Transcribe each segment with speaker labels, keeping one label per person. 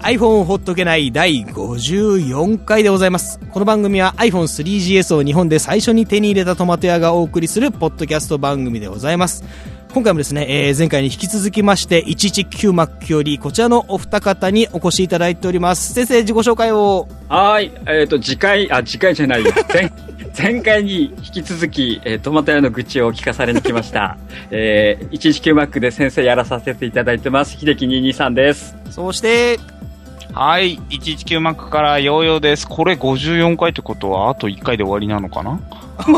Speaker 1: iPhone ほっとけない第54回でございます。この番組は iPhone3GS を日本で最初に手に入れたトマト屋がお送りするポッドキャスト番組でございます。今回もですね、前回に引き続きまして119Macよりこちらのお二方にお越しいただいております。先生、自己紹介を。
Speaker 2: はい、次回じゃないよ前回に引き続き、トマト屋の愚痴を聞かされに来ました。119Mac で先生やらさせていただいてます、秀樹223です。
Speaker 1: そして、
Speaker 3: はい、119Mac からヨーヨーです。これ54回ってことは、あと1回で終わりなのかな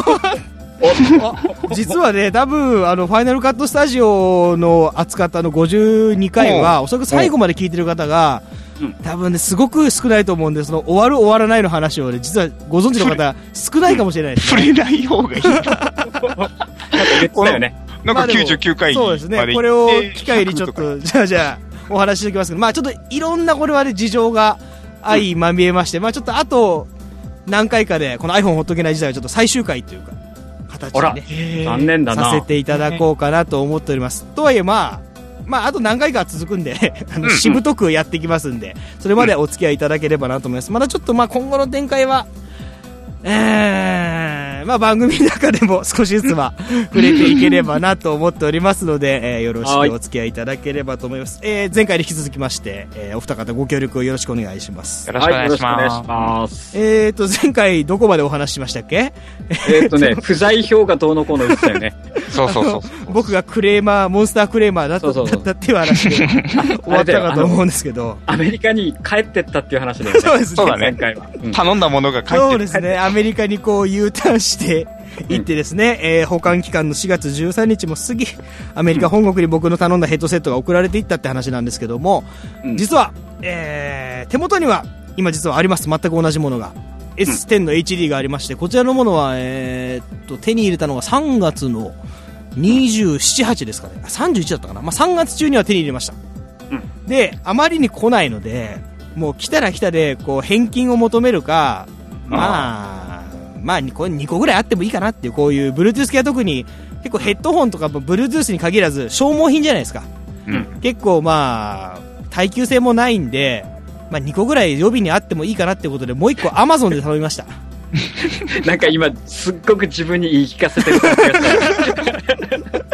Speaker 1: 実はね、多分ファイナルカットスタジオの扱った52回は、おそらく最後まで聞いてる方が、多分ね、すごく少ないと思うんで、その終わる終わらないの話をね、実はご存知の方少ないかもしれないですね。
Speaker 3: 触れない方がいい。なんか
Speaker 2: 言ってたよね。
Speaker 3: なんか99回
Speaker 1: そうですね。これを機会にちょっと、じゃあ、お話ししておきますけど、まあちょっといろんなこれはね、事情が相まみえまして、まあちょっとあと、何回かで、この iPhone ほっとけない時代はちょっと最終回というか、形にね、
Speaker 2: 残念だな。
Speaker 1: させていただこうかなと思っております。とはいえ、まあ、あと何回か続くんで、しぶとくやっていきますんで、それまでお付き合いいただければなと思います。まだちょっと、まあ、今後の展開は、まあ、番組の中でも少しずつは触れていければなと思っておりますので、よろしくお付き合いいただければと思います。前回に引き続きまして、お二方ご協力をよろしくお願いします。
Speaker 3: よろしくお願いします。
Speaker 1: 前回どこまでお話ししましたっけ？
Speaker 2: 不在票がどうのこうの言ってたよね。
Speaker 3: そう。
Speaker 1: 僕がモンスタークレーマーだったっていう話で終わったかと思うんですけど。
Speaker 2: アメリカに帰ってったっていう話だよね。
Speaker 1: そうですね。
Speaker 3: そうだね。
Speaker 2: 前回は。
Speaker 3: 頼んだものが帰って
Speaker 1: そうですね。アメリカにこう U ターンして行ってですね、保管期間の4月13日も過ぎ、アメリカ本国に僕の頼んだヘッドセットが送られていったって話なんですけども、実は、手元には今実はあります。全く同じものが。S10 の HD がありまして、こちらのものは、手に入れたのが3月の27、8ですかね。31だったかな。まあ、3月中には手に入れました。で、あまりに来ないので、もう来たら来たで、こう、返金を求めるか、まあ、これ2個ぐらいあってもいいかなっていう、こういう Bluetooth 系は特に、結構ヘッドホンとか Bluetooth に限らず消耗品じゃないですか。結構まあ、耐久性もないんで、まあ2個ぐらい予備にあってもいいかなってことで、もう1個 Amazon で頼みました。
Speaker 2: なんか今、すっごく自分に言い聞かせてる感じがした。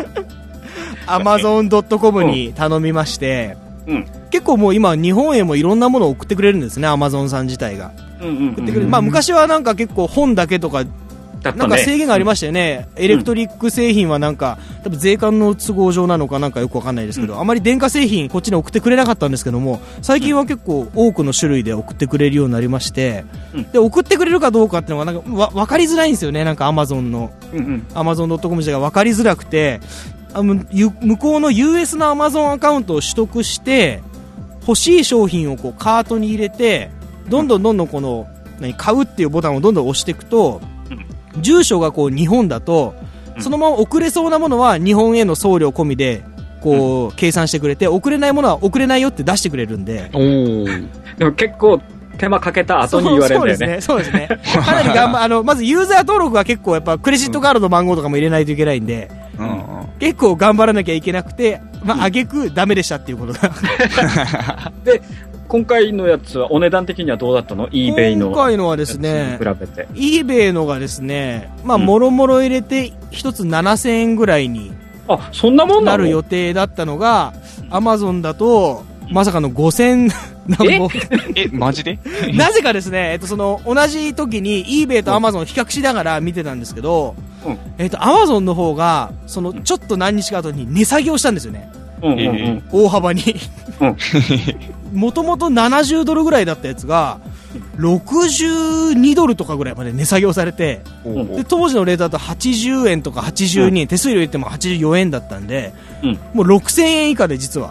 Speaker 1: Amazon.com に頼みまして、結構もう今日本へもいろんなものを送ってくれるんですね、Amazon さん自体が。送ってくれる。まあ昔はなんか結構本だけとか、なんか制限がありましたよね。エレクトリック製品はなんか、多分税関の都合上なのかなんかよくわかんないですけど、あまり電化製品こっちに送ってくれなかったんですけども、最近は結構多くの種類で送ってくれるようになりまして、で、送ってくれるかどうかっていうのがなんかわかりづらいんですよね、なんか Amazon の。Amazon.com 自体がわかりづらくて、向こうの US の Amazon アカウントを取得して、欲しい商品をこうカートに入れて、どんどんこの、買うっていうボタンをどんどん押していくと、住所がこう日本だと、そのまま送れそうなものは日本への送料込みで、こう、計算してくれて、送れないものは送れないよって出してくれるんで。
Speaker 2: でも結構、手間かけた後に言われるんだよね。
Speaker 1: そうですね。かなりまずユーザー登録は結構やっぱクレジットカードの番号とかも入れないといけないんで、結構頑張らなきゃいけなくて、まあ、挙句ダメでしたっていうことが。
Speaker 2: で、今回のやつはお値段的にはどうだったの？ eBay の。
Speaker 1: 今回のはですね、
Speaker 2: 比べて。
Speaker 1: eBay のがですね、まあ、もろもろ入れて一つ7000円ぐらいに
Speaker 2: そんなもん
Speaker 1: なる予定だったのが、Amazon だと、まさかの5000なんぼ。
Speaker 3: マジで？
Speaker 1: なぜかですね、その、同じ時に eBay と Amazon を比較しながら見てたんですけど、Amazon の方が、その、ちょっと何日か後に値下げをしたんですよね。大幅に。もともと70ドルぐらいだったやつが、62ドルとかぐらいまで値下げをされて、で当時のレートだと80円とか82円、手数料入れても84円だったんで、もう6000円以下で実は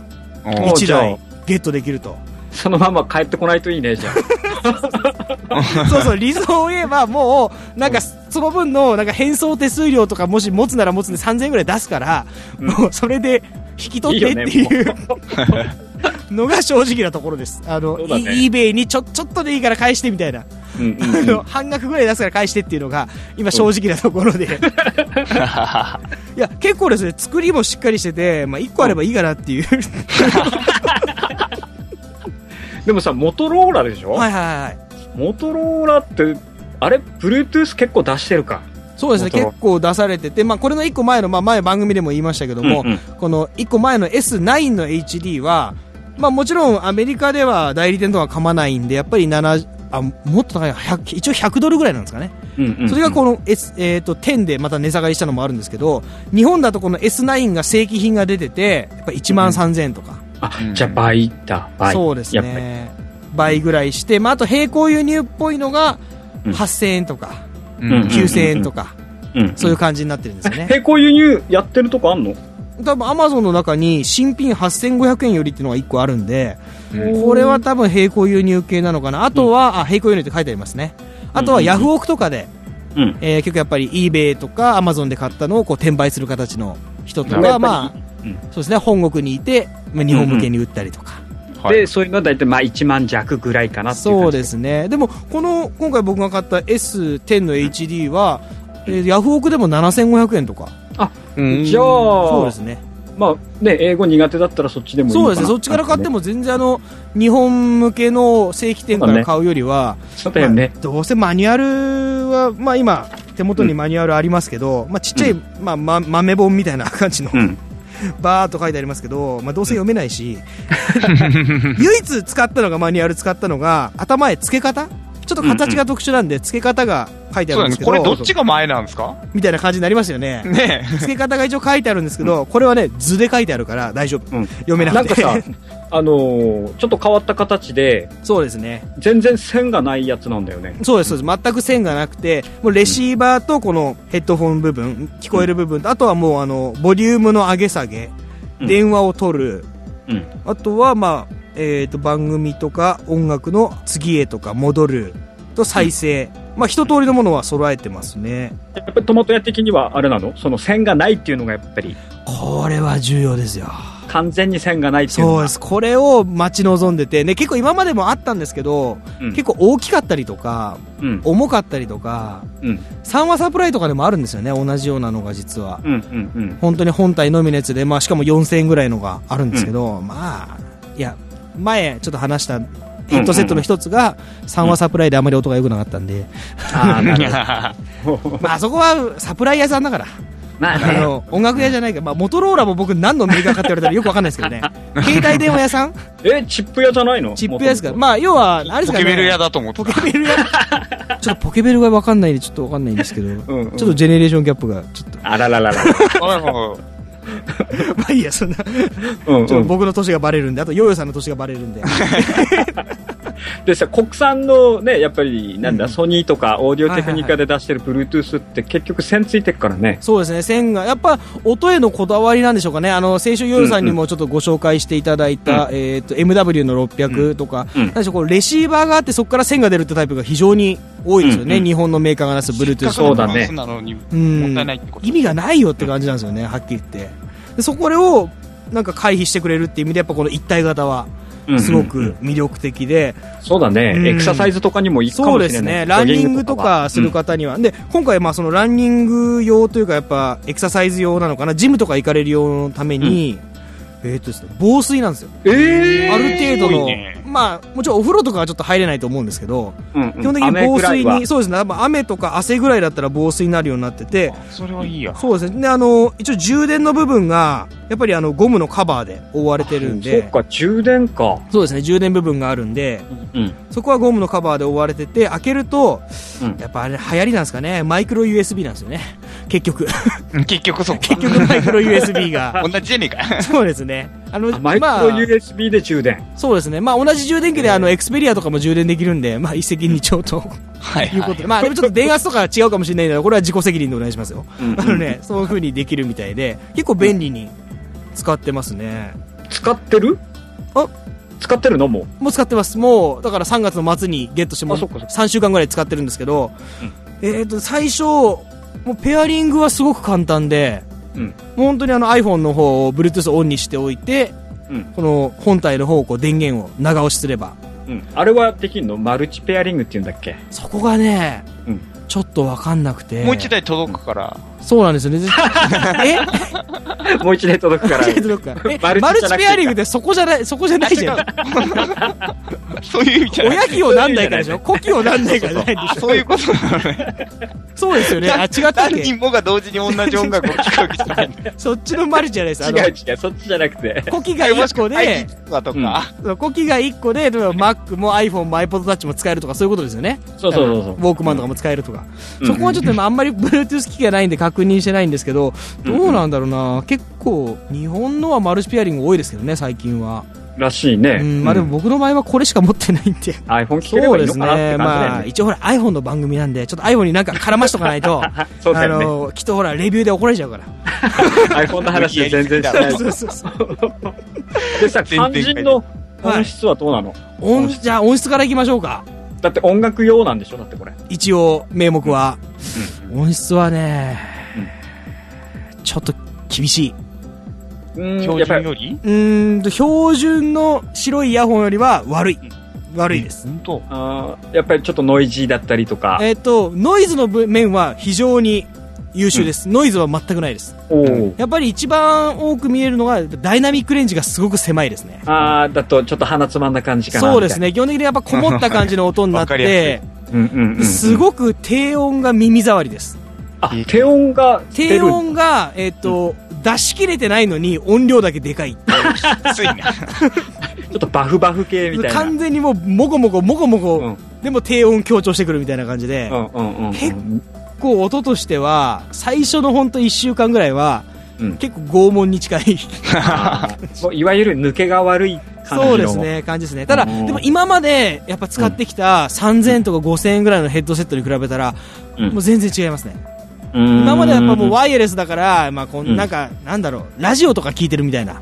Speaker 1: 1台ゲットできると。
Speaker 2: そのまま帰ってこないといいね、じゃ
Speaker 1: あ。そう、理想を言えばもう、なんかその分のなんか変装手数料とかもし持つなら持つんで3000円ぐらい出すから、もうそれで引き取ってっていうのが正直なところです。eBay にちょっとでいいから返してみたいな。半額ぐらい出すから返してっていうのが今正直なところで。いや、結構ですね、作りもしっかりしてて、まあ1個あればいいかなっていう。
Speaker 2: でもさ、モトローラでしょ？
Speaker 1: はいはいはい。
Speaker 2: モトローラって、あれ、Bluetooth 結構出してるか。
Speaker 1: そうですね、結構出されてて、まあ、これの1個前の、まあ、前番組でも言いましたけども、この1個前の S9 の HD は、まあ、もちろんアメリカでは代理店とか噛まないんで、やっぱりもっと高い、一応100ドルぐらいなんですかね。それがこの、10でまた値下がりしたのもあるんですけど、日本だとこの S9 が正規品が出てて、やっぱ1万3000円とか。
Speaker 2: じゃあ倍だ、倍。
Speaker 1: そうですね。倍ぐらいして、まあ、あと並行輸入っぽいのが8000円とか、9000円とか、そういう感じになってるんですよね。
Speaker 2: 並行輸入やってるとこあんの？
Speaker 1: 多分アマゾンの中に新品8500円よりっていうのが1個あるんで、これは多分並行輸入系なのかな。あとは、並行輸入って書いてありますね。あとはヤフオクとかで、結構やっぱり eBay とかアマゾンで買ったのをこう転売する形の人とか、まあ、そうですね、本国にいて、日本向けに売ったりとか。
Speaker 2: で、そういうのは大体まあ1万弱ぐらいかなっていう感じ。
Speaker 1: そうですね。でも、今回僕が買った S10 の HD は、ヤフオクでも7500円とか。
Speaker 2: じゃあ、
Speaker 1: そうですね。
Speaker 2: まあね、英語苦手だったらそっちでもいいのかな。
Speaker 1: そうですね、そっちから買っても全然日本向けの正規店から買うよりは、
Speaker 2: そうだよね。
Speaker 1: どうせマニュアルは、まあ今、手元にマニュアルありますけど、まあちっちゃい、豆本みたいな感じの、バーっと書いてありますけど、まあどうせ読めないし、唯一使ったのが、マニュアル使ったのが、頭へ付け方？ちょっと形が特殊なんで、付け方が書いてあるんですけど、
Speaker 3: これどっちが前なんですか
Speaker 1: みたいな感じになりますよね。付け方が一応書いてあるんですけど、これはね、図で書いてあるから大丈夫。読めなくて。
Speaker 2: なんかさ、ちょっと変わった形で、
Speaker 1: そうですね。
Speaker 2: 全然線がないやつなんだよね。
Speaker 1: そうです、そうです。全く線がなくて、もうレシーバーとこのヘッドフォン部分、聞こえる部分と、あとはもうボリュームの上げ下げ、電話を取る、あとはまあ、番組とか音楽の次へとか戻ると再生、まあ一通りのものは揃えてますね。
Speaker 2: やっぱりトマト屋的にはあれなの？その線がないっていうのがやっぱり。
Speaker 1: これは重要ですよ。
Speaker 2: 完全に線がないっていうのが。
Speaker 1: そうです。これを待ち望んでて、ね、結構今までもあったんですけど、結構大きかったりとか、重かったりとか、3話サプライとかでもあるんですよね、同じようなのが実は。本当に本体のみのやつで、まあしかも4000円ぐらいのがあるんですけど、まあ、いや、前ちょっと話したヘッドセットの一つが3話サプライであまり音が良くなかったんで、まあそこはサプライ屋さんだから、まあね、音楽屋じゃないから、まあ、モトローラも僕何のメーカーかって言われたらよくわかんないですけどね。携帯電話屋さん？
Speaker 2: チップ屋じゃないの？
Speaker 1: チップ屋ですか。まあ要はあれですかね。
Speaker 3: ポケベル屋だと思ってた。
Speaker 1: ポケベル屋。ちょっとポケベルがわかんないんでちょっとわかんないんですけど、ちょっとジェネレーションギャップがちょっと。
Speaker 2: あらららら。
Speaker 1: まあいいや、そんな、ちょっと僕の年がバレるんで、あとヨーヨーさんの年がバレるんで。
Speaker 2: でさ、国産のね、やっぱりなんだ、ソニーとかオーディオテクニカで出してる Bluetooth って結局線ついてるからね。
Speaker 1: そうですね、線がやっぱ音へのこだわりなんでしょうかね。先週ヨーヨーさんにもちょっとご紹介していただいた、MW の600とか、なんでしょう、こうレシーバーがあってそこから線が出るってタイプが非常に多いですよね、日本のメーカーが出す Bluetooth。
Speaker 2: そうだね。
Speaker 1: 意味がないよって感じなんですよね、はっきり言って。でそこをなんか回避してくれるっていう意味で、やっぱこの一体型はすごく魅力的で、
Speaker 2: そうだね、エクササイズとかにもいいかもしれない。そうですね、
Speaker 1: ランニングとかする方には、で今回そのランニング用というか、やっぱエクササイズ用なのかな、ジムとか行かれる用のために、ですね、防水なんですよ。ある程度の、まあもちろんお風呂とかはちょっと入れないと思うんですけど、基本的に防水に、そうですね、雨とか汗ぐらいだったら防水になるようになってて、
Speaker 3: それはいいや。
Speaker 1: そうですね。で一応充電の部分がやっぱりゴムのカバーで覆われてるんで、
Speaker 2: そうか、充電か。
Speaker 1: そうですね、充電部分があるんで、そこはゴムのカバーで覆われてて、開けると、やっぱあれ流行りなんですかね、マイクロ USB なんですよね、結局。
Speaker 3: 結局そうか。
Speaker 1: 結局マイクロ USB が。
Speaker 3: 同じじゃねえか。
Speaker 1: そうですね。
Speaker 2: マイクロ USB で充電。
Speaker 1: そうですね。まあ同じ充電器でエクスペリアとかも充電できるんで、まあ一石二鳥と。いうことで。まあでもちょっと電圧とか違うかもしれないので、これは自己責任でお願いしますよ。そういう風にできるみたいで、結構便利に使ってますね。
Speaker 2: 使ってる？使ってるの？も
Speaker 1: う使ってます。もうだから3月の末にゲットしても3週間ぐらい使ってるんですけど、最初もうペアリングはすごく簡単で、もう本当にiPhone の方を Bluetooth オンにしておいて、この本体の方を電源を長押しすれば、
Speaker 2: あれはできるの？マルチペアリングっていうんだっけ？
Speaker 1: そこがね、ちょっと分かんなくて。
Speaker 3: もう一台届くから。
Speaker 1: そうなんですよね。
Speaker 2: もう一年届くから。
Speaker 1: マルチペアリングってそこじゃないじゃん。
Speaker 3: そういう意味じゃない。
Speaker 1: 親機をなんないからでしょ。子機をなんないからじゃないんでしょ。
Speaker 3: そういうことなのね。
Speaker 1: そうですよね。あ、違ったっけ？
Speaker 3: 何人もが同時に同じ音楽を聴くわけじゃない。
Speaker 1: そっちのマルチじゃないです。
Speaker 2: 違う、そっちじゃなくて。
Speaker 1: 子機が1個で、子機が1個で、例えば Mac も iPhone も iPod Touch も使えるとかそういうことですよね。
Speaker 2: そう。ウォ
Speaker 1: ークマンとかも使えるとか。そこはちょっとあんまり Bluetooth 機器がないんで確認してないんですけど、どうなんだろうな。結構、日本のはマルチペアリング多いですけどね、最近は。
Speaker 2: らしいね。
Speaker 1: まあでも僕の場合はこれしか持ってないんで。
Speaker 2: iPhone 聞ければいいのかなって感じだよね。
Speaker 1: まあ一応ほら iPhone の番組なんで、ちょっと iPhone になんか絡ましとかないと、
Speaker 2: そうだよね。
Speaker 1: きっとほらレビューで怒られちゃうから。
Speaker 2: iPhone の話で全然しない。そう。でさ、肝心の音質はどうなの？
Speaker 1: じゃあ音質からいきましょうか。
Speaker 2: だって音楽用なんでしょ？だってこれ。
Speaker 1: 一応名目は。音質はね、ちょっと厳しい。
Speaker 3: 標準より？
Speaker 1: 標準の白いイヤホンよりは悪いです。
Speaker 3: 本当？
Speaker 2: やっぱりちょっとノイジーだったりとか。
Speaker 1: ノイズの面は非常に優秀です。ノイズは全くないです。やっぱり一番多く見えるのがダイナミックレンジがすごく狭いですね。
Speaker 2: だとちょっと鼻つまんだ感じかな。
Speaker 1: そうですね。基本的にやっぱこもった感じの音になって、すごく低音が耳障りです。
Speaker 2: 低音が
Speaker 1: 出し切れてないのに音量だけでかい。
Speaker 3: ついな。
Speaker 2: ちょっとバフ系みたいな。
Speaker 1: 完全にもうもごもご、でも低音強調してくるみたいな感じで、結構音としては最初の本当1週間ぐらいは、結構拷問に近い。
Speaker 2: いわゆる抜けが悪い感じの。そうですね、
Speaker 1: 感じですね。ただ、でも今までやっぱ使ってきた3000円とか5000円ぐらいのヘッドセットに比べたら、もう全然違いますね。今まではやっぱもうワイヤレスだから、なんか、なんだろう、ラジオとか聞いてるみたいな。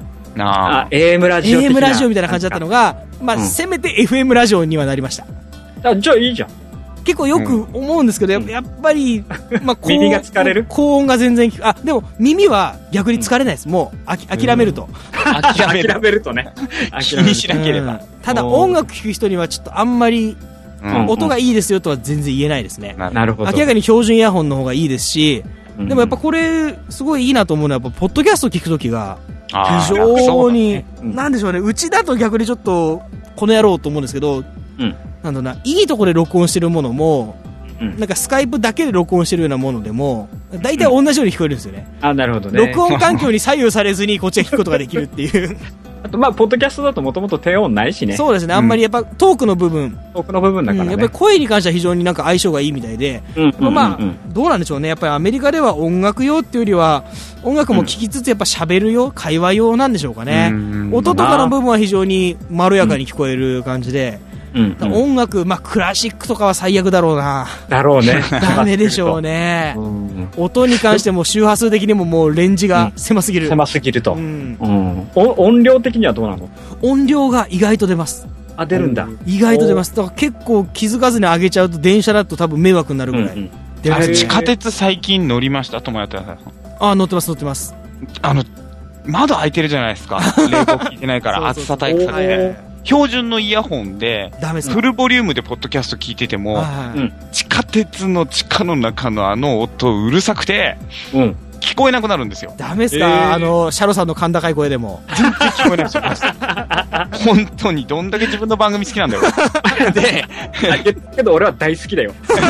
Speaker 2: AM ラジオ。
Speaker 1: AM ラジオみたいな感じだったのが、せめて FM ラジオにはなりました。
Speaker 2: じゃあいいじゃん。
Speaker 1: 結構よく思うんですけど、やっぱり、
Speaker 2: 耳が疲れる？
Speaker 1: 高音が全然でも耳は逆に疲れないです。もう、諦めると。
Speaker 2: 諦めるとね。
Speaker 3: 気にしなければ。
Speaker 1: ただ音楽聴く人にはちょっとあんまり、音がいいですよとは全然言えないですね。
Speaker 2: なるほど。
Speaker 1: 明らかに標準イヤホンの方がいいですし、でもやっぱこれ、すごいいいなと思うのは、やっぱポッドキャスト聞くときが、非常に、なんでしょうね、うちだと逆にちょっと、この野郎と思うんですけど、なんだろうな、いいところで録音してるものも、なんかスカイプだけで録音してるようなものでも、大体同じように聞こえるんですよね。
Speaker 2: なるほどね。
Speaker 1: 録音環境に左右されずにこっちが聞くことができるっていう。
Speaker 2: あと、ポッドキャストだともともと低音ないしね。
Speaker 1: そうですね。あんまりやっぱトークの部分。
Speaker 2: だからね。
Speaker 1: やっぱり声に関しては非常になんか相性がいいみたいで。どうなんでしょうね。やっぱりアメリカでは音楽用っていうよりは、音楽も聴きつつやっぱ喋る用、会話用なんでしょうかね。音とかの部分は非常にまろやかに聞こえる感じで。音楽、クラシックとかは最悪だろうな。
Speaker 2: だろうね。
Speaker 1: ダメでしょうね。音に関しても周波数的にももうレンジが狭すぎる。
Speaker 2: 狭すぎると。音量的にはどうなの？
Speaker 1: 音量が意外と出ます。
Speaker 2: 出るんだ。
Speaker 1: 意外と出ます。だから結構気づかずに上げちゃうと電車だと多分迷惑になるぐらい。
Speaker 3: 地下鉄最近乗りました？友達さん。
Speaker 1: 乗ってます。
Speaker 3: 窓開いてるじゃないですか。冷房効いてないから暑さ対策で。標準のイヤホンでフルボリュームでポッドキャスト聞いてても、地下鉄の地下の中の音うるさくて、聞こえなくなるんですよ。
Speaker 1: ダメですか？シャロさんの甲高い声でも
Speaker 3: 全然聞こえないですよ。本当にどんだけ自分の番組好きなんだよ。
Speaker 2: で、けど俺は大好きだよ。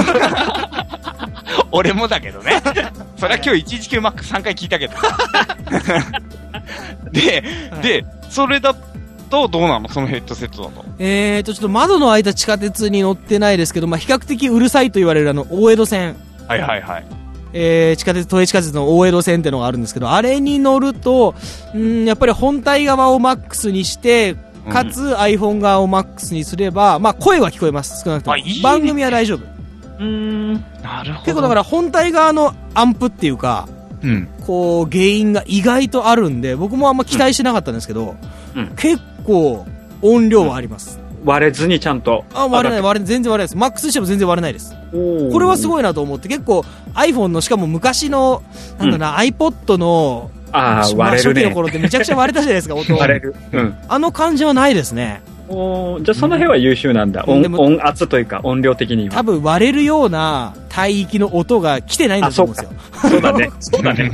Speaker 3: 俺もだけどね。それは今日 119MAX3 回聞いたけど。で、それだどうなのそのヘッドセットだと。
Speaker 1: ちょっと窓の開いた地下鉄に乗ってないですけど、比較的うるさいと言われる大江戸線。
Speaker 3: はい。
Speaker 1: 都営地下鉄の大江戸線ってのがあるんですけど、あれに乗ると、やっぱり本体側をマックスにして、かつ iPhone 側をマックスにすれば、声は聞こえます、少なくとも。番組は大丈夫。
Speaker 3: なるほど。
Speaker 1: 結構だから本体側のアンプっていうか、原因が意外とあるんで、僕もあんま期待してなかったんですけど、結構音量はあります。
Speaker 2: 割れずにちゃんと。
Speaker 1: 割れない、全然割れないです。マックスしても全然割れないです。これはすごいなと思って、結構 iPhone のしかも昔の、iPod の、初期の頃ってめちゃくちゃ割れたじゃないですか、音。
Speaker 2: 割れる。
Speaker 1: 感じはないですね。
Speaker 2: じゃあその辺は優秀なんだ。音圧というか音量的には。
Speaker 1: 多分割れるような帯域の音が来てないんだと思うんですよ。
Speaker 2: そうだね。そうだね。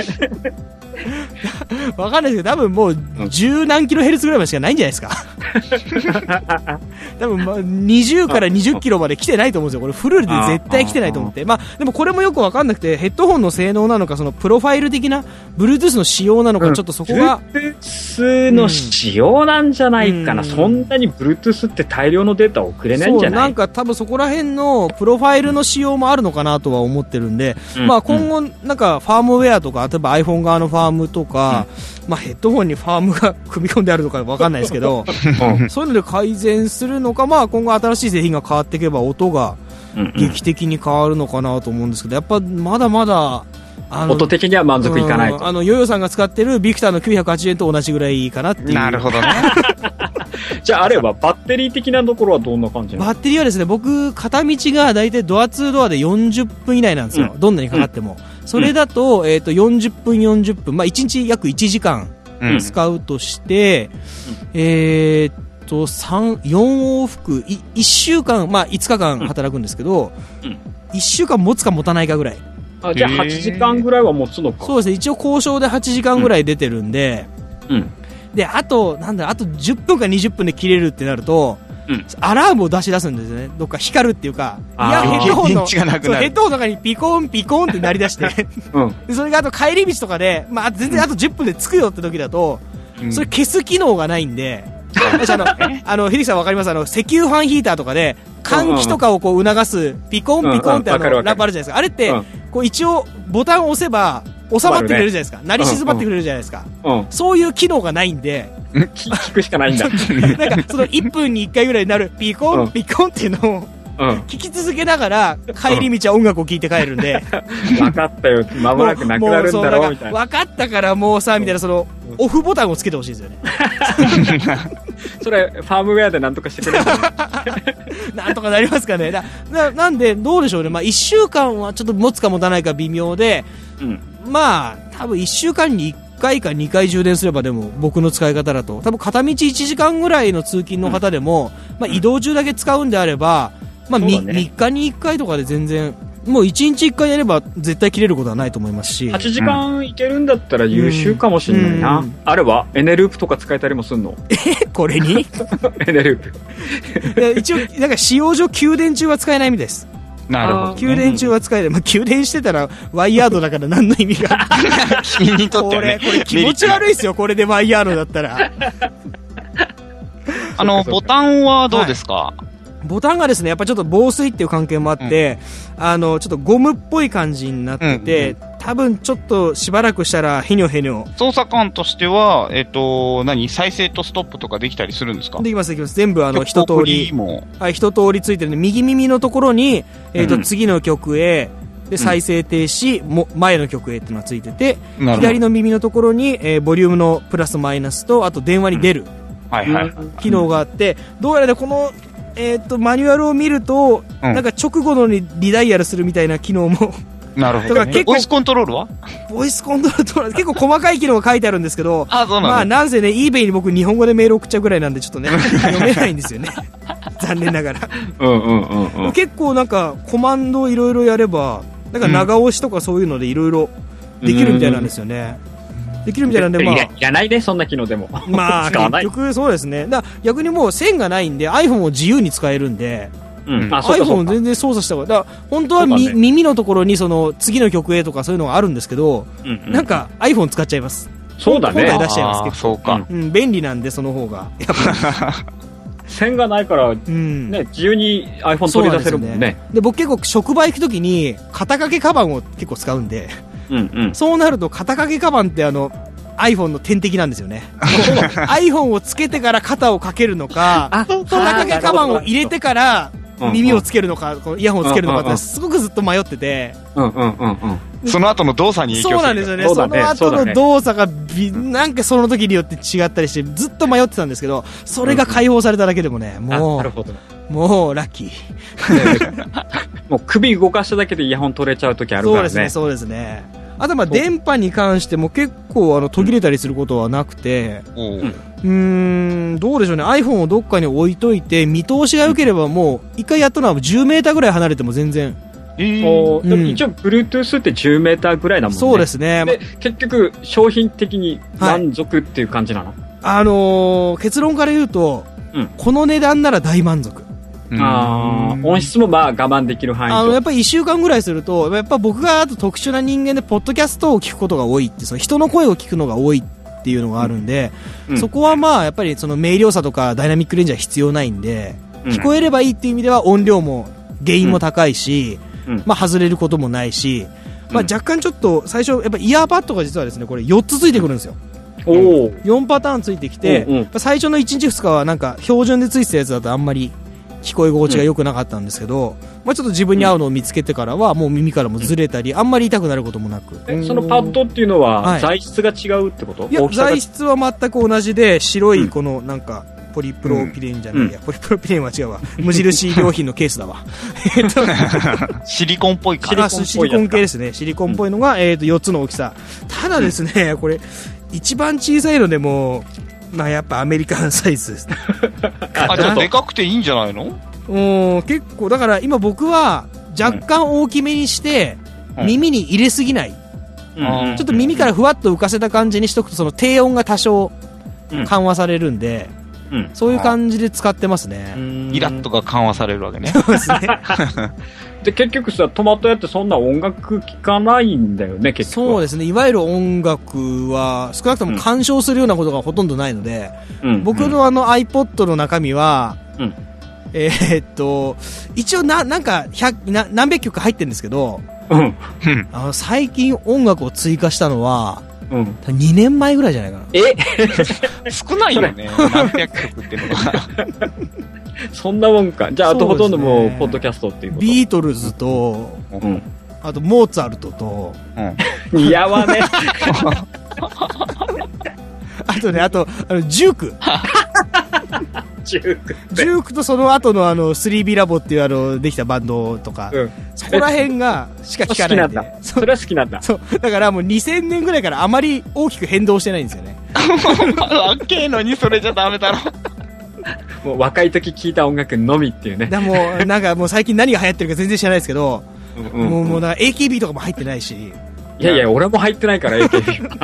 Speaker 1: わかんないですけど、多分もう10何キロヘルツぐらいまでしかないんじゃないですか。多分20から20キロまで来てないと思うんですよ。これフルで絶対来てないと思って。まあでもこれもよくわかんなくて、ヘッドホンの性能なのか、そのプロファイル的な Bluetooth の仕様なのか、ちょっとそこが。
Speaker 2: Bluetooth の仕様なんじゃないかな。そんなに Bluetooth って大量のデータを送れないんじゃない？
Speaker 1: そう、なんか多分そこら辺のプロファイルの仕様もあるのかなとは思ってるんで、まあ今後なんかファームウェアとか、例えば iPhone 側のファームとか、まあヘッドホンにファームが組み込んであるのかわかんないですけど、そういうので改善するのか、まあ今後新しい製品が変わっていけば音が劇的に変わるのかなと思うんですけど、やっぱまだまだ
Speaker 2: 音的には満足いかないと。
Speaker 1: ヨヨさんが使ってるビクターの980円と同じぐらいかなっていう。
Speaker 3: なるほどね。
Speaker 2: じゃああれはバッテリー的なところはどんな感じなの？
Speaker 1: バッテリーはですね、僕片道がだいたいドア2ドアで40分以内なんですよ。どんなにかかっても。それだと、40分、まあ1日約1時間使うとして、4往復、1週間、まあ5日間働くんですけど、1週間持つか持たないかぐらい。
Speaker 2: じゃあ8時間ぐらいは持つのか。
Speaker 1: そうですね、一応交渉で8時間ぐらい出てるんで、で、あと10分か20分で切れるってなると、アラームを出し出すんですよね。どっか光るっていうか、ヘッドホンの中にピコンピコンって鳴り出して、でそれがあと帰り道とかで、まあ全然あと10分で着くよって時だと、それ消す機能がないんで、秀樹さんわかります？石油ファンヒーターとかで、換気とかをこう促す、ピコンピコンってラップあるじゃないですか。あれって、こう一応ボタンを押せば、収まってくれるじゃないですか。鳴り静まってくれるじゃないですか。そういう機能がないんで、
Speaker 2: 聞くしかないんだ。
Speaker 1: なんか、その1分に1回ぐらいになる、ピコンピコンっていうのを、聞き続けながら、帰り道は音楽を聴いて帰るんで。
Speaker 2: 分かったよ。間もなくなくなるんだろう、みたいな。
Speaker 1: 分かったからもうさ、みたいな、オフボタンをつけてほしいですよね。
Speaker 2: それ、ファームウェアでなんとかしてくれる
Speaker 1: なんとかなりますかね。なんで、どうでしょうね。まあ、1週間はちょっと持つか持たないか微妙で、まあ、多分1週間に1回か2回充電すればでも僕の使い方だと、多分片道1時間ぐらいの通勤の方でも、まあ、移動中だけ使うんであれば、まあ、3日に1回とかで全然、もう1日1回やれば絶対切れることはないと思いますし。
Speaker 2: 8時間いけるんだったら優秀かもしれないな。あれはエネループとか使えたりもすんの？
Speaker 1: これに
Speaker 2: エネループ。
Speaker 1: 一応、なんか使用上給電中は使えないみたいです。
Speaker 3: なるほど、ね。
Speaker 1: 給電中は使えない。まあ、給電してたらワイヤードだから何の意味が。
Speaker 3: 君にとってはね。
Speaker 1: これ気持ち悪いですよ、これでワイヤードだったら。
Speaker 3: ボタンはどうですか？
Speaker 1: ボタンがですね、やっぱちょっと防水っていう関係もあって、ちょっとゴムっぽい感じになってて、多分ちょっとしばらくしたらヘニョヘニョ。
Speaker 3: 操作感としては、再生とストップとかできたりするんですか？
Speaker 1: できます、できます。全部一通り。はい、一通りついてるんで、右耳のところに、次の曲へ、で、再生停止、前の曲へっていうのがついてて、左の耳のところに、ボリュームのプラスマイナスと、あと電話に出る。機能があって、どうやらね、この、マニュアルを見ると、なんか直後のにリダイヤルするみたいな機能も
Speaker 3: なるほど、ね。ボイスコントロールは？
Speaker 1: ボイスコントロール結構細かい機能が書いてあるんですけど、
Speaker 3: ま
Speaker 1: あなんせね、eBay に僕日本語でメール送っちゃうぐらいなんでちょっとね、読めないんですよね。残念ながら。結構なんかコマンドいろいろやれば、なんか長押しとかそういうのでいろいろできるみたいなんですよね。できるみたいなんで、まあ。
Speaker 2: いらないね、そんな機能でも。
Speaker 1: まあ、結局そうですね。逆にもう線がないんで iPhone を自由に使えるんで、iPhone 全然操作した方が、だから本当は、耳のところにその次の曲へとかそういうのがあるんですけど、なんか iPhone 使っちゃいます。
Speaker 2: そうだね。
Speaker 1: 本体出しちゃいますけど。
Speaker 3: そうか。
Speaker 1: 便利なんでその方が。やっぱ
Speaker 2: 線がないから、ね、自由に iPhone 取り出せるもんね。
Speaker 1: で、僕結構職場行くときに肩掛けカバンを結構使うんで、そうなると肩掛けカバンって iPhone の天敵なんですよね。iPhone をつけてから肩をかけるのか、肩掛けカバンを入れてから耳をつけるのか、イヤホンをつけるのかってすごくずっと迷ってて、
Speaker 3: その後の動作に影響する。
Speaker 1: そうなんですよね。その後の動作がなんかその時によって違ったりしてずっと迷ってたんですけど、それが解放されただけでもね、もうラッキー。
Speaker 2: もう首動かしただけでイヤホン取れちゃう時あるからね。
Speaker 1: そうですね。あと電波に関しても結構途切れたりすることはなくて、どうでしょうね。iPhone をどっかに置いといて見通しが良ければもう一回やったのは10メーターぐらい離れても全然
Speaker 2: 一応 Bluetooth って10メーターぐらいだもんね。
Speaker 1: そうですね。
Speaker 2: で、結局商品的に満足っていう感じなの？
Speaker 1: 結論から言うと、この値段なら大満足。
Speaker 2: 音質もまあ我慢できる範囲と。
Speaker 1: やっぱり1週間ぐらいすると、やっぱ僕があと特殊な人間でポッドキャストを聞くことが多いって、その人の声を聞くのが多いっていうのがあるんで、そこはまあやっぱりその明瞭さとかダイナミックレンジは必要ないんで、聞こえればいいっていう意味では音量もゲインも高いし、まあ外れることもないし、まあ若干ちょっと最初やっぱイヤーパッドが実はですね、これ4つついてくるんですよ。4パターンついてきて、最初の1日2日はなんか標準でついてたやつだとあんまり聞こえ心地が良くなかったんですけど、まあちょっと自分に合うのを見つけてからはもう耳からもずれたり、あんまり痛くなることもなく。
Speaker 2: そのパッドっていうのは材質が違うってこと？
Speaker 1: いや、材質は全く同じで、白いこのなんかポリプロピレンじゃないや、ポリプロピレンは違うわ。無印良品のケースだわ。
Speaker 3: シリコンっぽいか。
Speaker 1: シリコン系ですね。シリコンっぽいのが4つの大きさ。ただですね、これ一番小さいのでもまあやっぱアメリカンサイズです。
Speaker 3: じゃあでかくていいんじゃないの？
Speaker 1: 結構だから今僕は若干大きめにして耳に入れすぎない、ちょっと耳からふわっと浮かせた感じにしとくとその低音が多少緩和されるんで、そういう感じで使ってますね。
Speaker 3: イラッとが緩和されるわけね。
Speaker 1: そうですね。
Speaker 2: で結局さ、トマト屋ってそんな音楽聴かないんだよね、結局。
Speaker 1: そうですね。いわゆる音楽は少なくとも鑑賞するようなことがほとんどないので、僕のiPod の中身は、一応なんか何百曲入ってるんですけど、最近音楽を追加したのは、2年前ぐらいじゃないかな。
Speaker 3: 少ないよね。何百曲っていうのが。
Speaker 2: そんなもんか。じゃあ、あとほとんどもう、ポッドキャストっていうこと。
Speaker 1: ビートルズと、あと、モーツァルトと、
Speaker 2: 似合わね。
Speaker 1: あとね、ジューク。ジュークとその後の3B ラボっていうできたバンドとか、そこら辺がしか聴かないんで。
Speaker 2: それは好きなんだ。
Speaker 1: そう。だからもう2000年ぐらいからあまり大きく変動してないんですよね。
Speaker 3: 若えのにそれじゃダメだろ。
Speaker 2: もう若い時聴いた音楽のみっていうね。
Speaker 1: もうなんかもう最近何が流行ってるか全然知らないですけど、もうなんか AKB とかも入ってないし。
Speaker 2: いやいや、俺も入ってないから AKB は。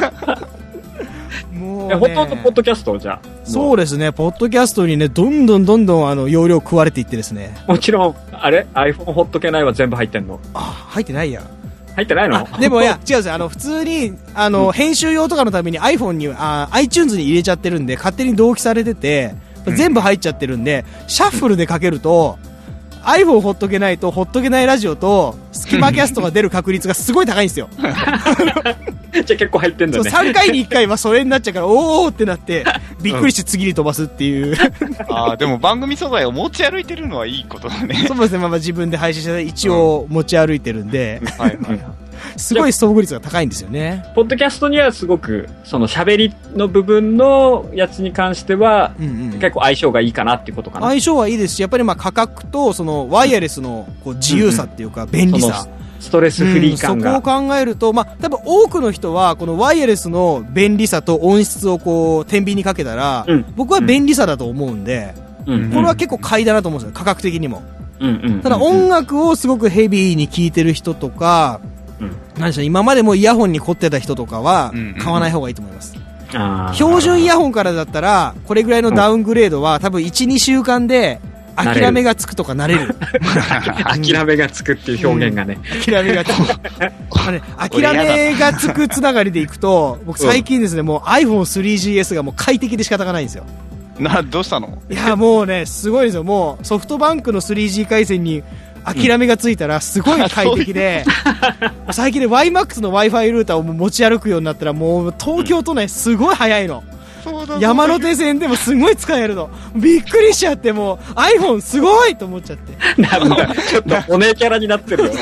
Speaker 2: もうね、ほとんどポッドキャストじゃ。
Speaker 1: そうですね、ポッドキャストにね、どんどん容量食われていってですね。
Speaker 2: もちろん、iPhone ほっとけないは全部入ってんの？
Speaker 1: 入ってないや。
Speaker 2: 入ってないの？
Speaker 1: でもいや、違うんですよ。普通に、編集用とかのために iPhone に、iTunes に入れちゃってるんで、勝手に同期されてて、全部入っちゃってるんで、シャッフルでかけると、iPhone ほっとけないと、ほっとけないラジオと、スキマキャストが出る確率がすごい高いんですよ。
Speaker 2: じゃあ結構入ってんだね。
Speaker 1: そう、3回に1回はそれになっちゃうから、おーってなって、びっくりして次に飛ばすっていう。
Speaker 3: でも番組素材を持ち歩いてるのはいいことだね。
Speaker 1: そうですね、自分で配信して一応持ち歩いてるんで。すごい遭遇率が高いんですよね。
Speaker 2: ポッドキャストにはすごく、その喋りの部分のやつに関しては、結構相性がいいかなっていうことかな。
Speaker 1: 相性はいいですし、やっぱり価格と、そのワイヤレスのこう自由さっていうか、便利さ。
Speaker 2: ストレスフリー感が。
Speaker 1: そこを考えると、多分多くの人は、このワイヤレスの便利さと音質をこう、天秤にかけたら、僕は便利さだと思うんで、これは結構買いだなと思うんですよ、価格的にも。ただ音楽をすごくヘビーに聴いてる人とか、何でしょう、今までもイヤホンに凝ってた人とかは買わない方がいいと思います。標準イヤホンからだったらこれぐらいのダウングレードは多分 1,2 週間で諦めがつくとか慣れる。
Speaker 2: 諦めがつくっていう表現がね。
Speaker 1: 諦めがつく。諦めがつくつながりでいくと、僕最近ですね、もう iPhone3GS がもう快適で仕方がないんですよ。
Speaker 3: どうしたの？
Speaker 1: いや、もうね、すごいですよ。もうソフトバンクの 3G 回線に諦めがついたらすごい快適で、最近で YMAX の Wi-Fi ルーターを持ち歩くようになったら、もう東京都内すごい早いの。山手線でもすごい使えるの。びっくりしちゃって、もう iPhone すごいと思っちゃって。
Speaker 2: なんだ、ちょっとお姉キャラになってるよ。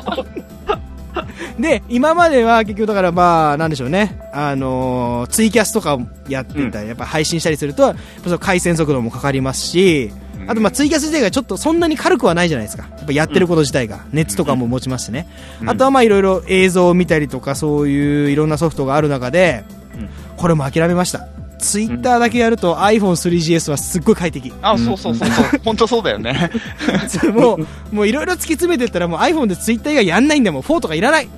Speaker 1: で、今までは結局だからなんでしょうね。ツイキャスとかやってたり、やっぱ配信したりすると、回線速度もかかりますし、あとツイキャス自体がちょっとそんなに軽くはないじゃないですか。やっぱやってること自体が。熱とかも持ちますしね。あとはいろいろ映像を見たりとか、そういういろんなソフトがある中で、これも諦めました。 ツイッターだけやると iPhone3GS はすっごい快適。
Speaker 3: そうそう。本当そうだよね。
Speaker 1: もういろいろ突き詰めてったらもう iPhone でツイッター以外やんないんだもん。4とかいらない。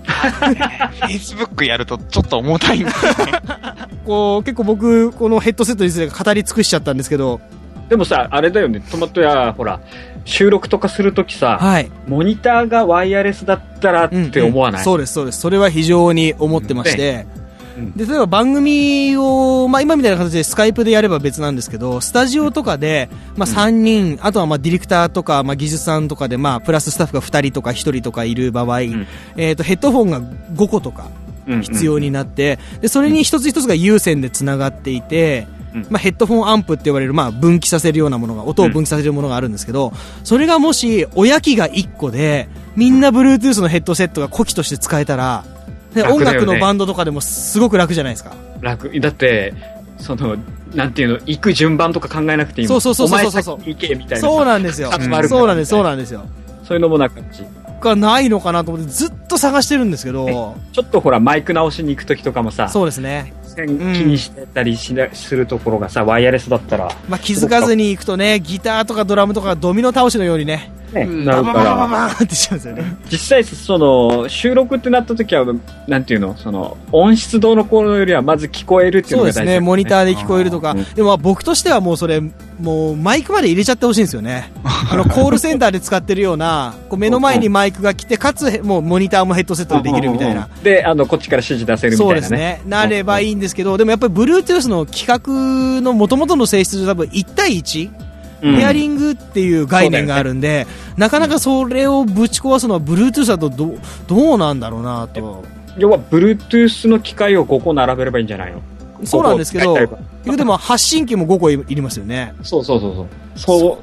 Speaker 3: Facebook やるとちょっと重たいんですよね。
Speaker 1: 結構僕、このヘッドセットについて語り尽くしちゃったんですけど。
Speaker 2: でもさ、あれだよね、トマトや、ほら、収録とかするときさ、モニターがワイヤレスだったらって思わない？
Speaker 1: そうです、そうです。それは非常に思ってまして、で、例えば番組を、今みたいな形でスカイプでやれば別なんですけど、スタジオとかで、3人、あとはディレクターとか、技術さんとかで、プラススタッフが2人とか1人とかいる場合、ヘッドフォンが5個とか必要になって、で、それに一つ一つが有線で繋がっていて、ヘッドフォンアンプって言われる、分岐させるようなものが、音を分岐させるものがあるんですけど、それがもし、親機が1個で、みんな Bluetooth のヘッドセットが古希として使えたら、で、音楽のバンドとかでもすごく楽じゃないですか。
Speaker 2: 楽。だって、なんていうの、行く順番とか考えなくていいもん。
Speaker 1: そう。
Speaker 2: お前先行け、みたいな。
Speaker 1: そうなんですよ。そうなんですよ。
Speaker 2: そういうのもな感じ。
Speaker 1: がないのかなと思ってずっと探してるんですけど。
Speaker 2: ちょっとほら、マイク直しに行くときとかもさ。
Speaker 1: そうですね。
Speaker 2: 気にしてたりするところがさ、ワイヤレスだったら。
Speaker 1: 気づかずに行くとね、ギターとかドラムとかドミノ倒しのようにね。
Speaker 2: なるから。
Speaker 1: バーンってしちゃうんですよね。
Speaker 2: 実際、収録ってなった時は、なんていうの、音質どうのこうのよりはまず聞こえるっていうのが大事。
Speaker 1: そうですね、モニターで聞こえるとか。でも僕としてはもうそれ、もうマイクまで入れちゃってほしいんですよね。コールセンターで使ってるような、目の前にマイクが来て、かつ、もうモニターもヘッドセットでできるみたいな。
Speaker 2: で、こっちから指示出せるみたいなね。そうですね。
Speaker 1: なればいいんですけど、でもやっぱり Bluetooth の規格の元々の性質上多分1対1、ペアリングっていう概念があるんで、なかなかそれをぶち壊すのは Bluetooth だとどうなんだろうなと。
Speaker 2: 要は Bluetooth の機械を5個並べればいいんじゃないの？
Speaker 1: そうなんですけど、でも発信機も5個いりますよね。
Speaker 2: そう。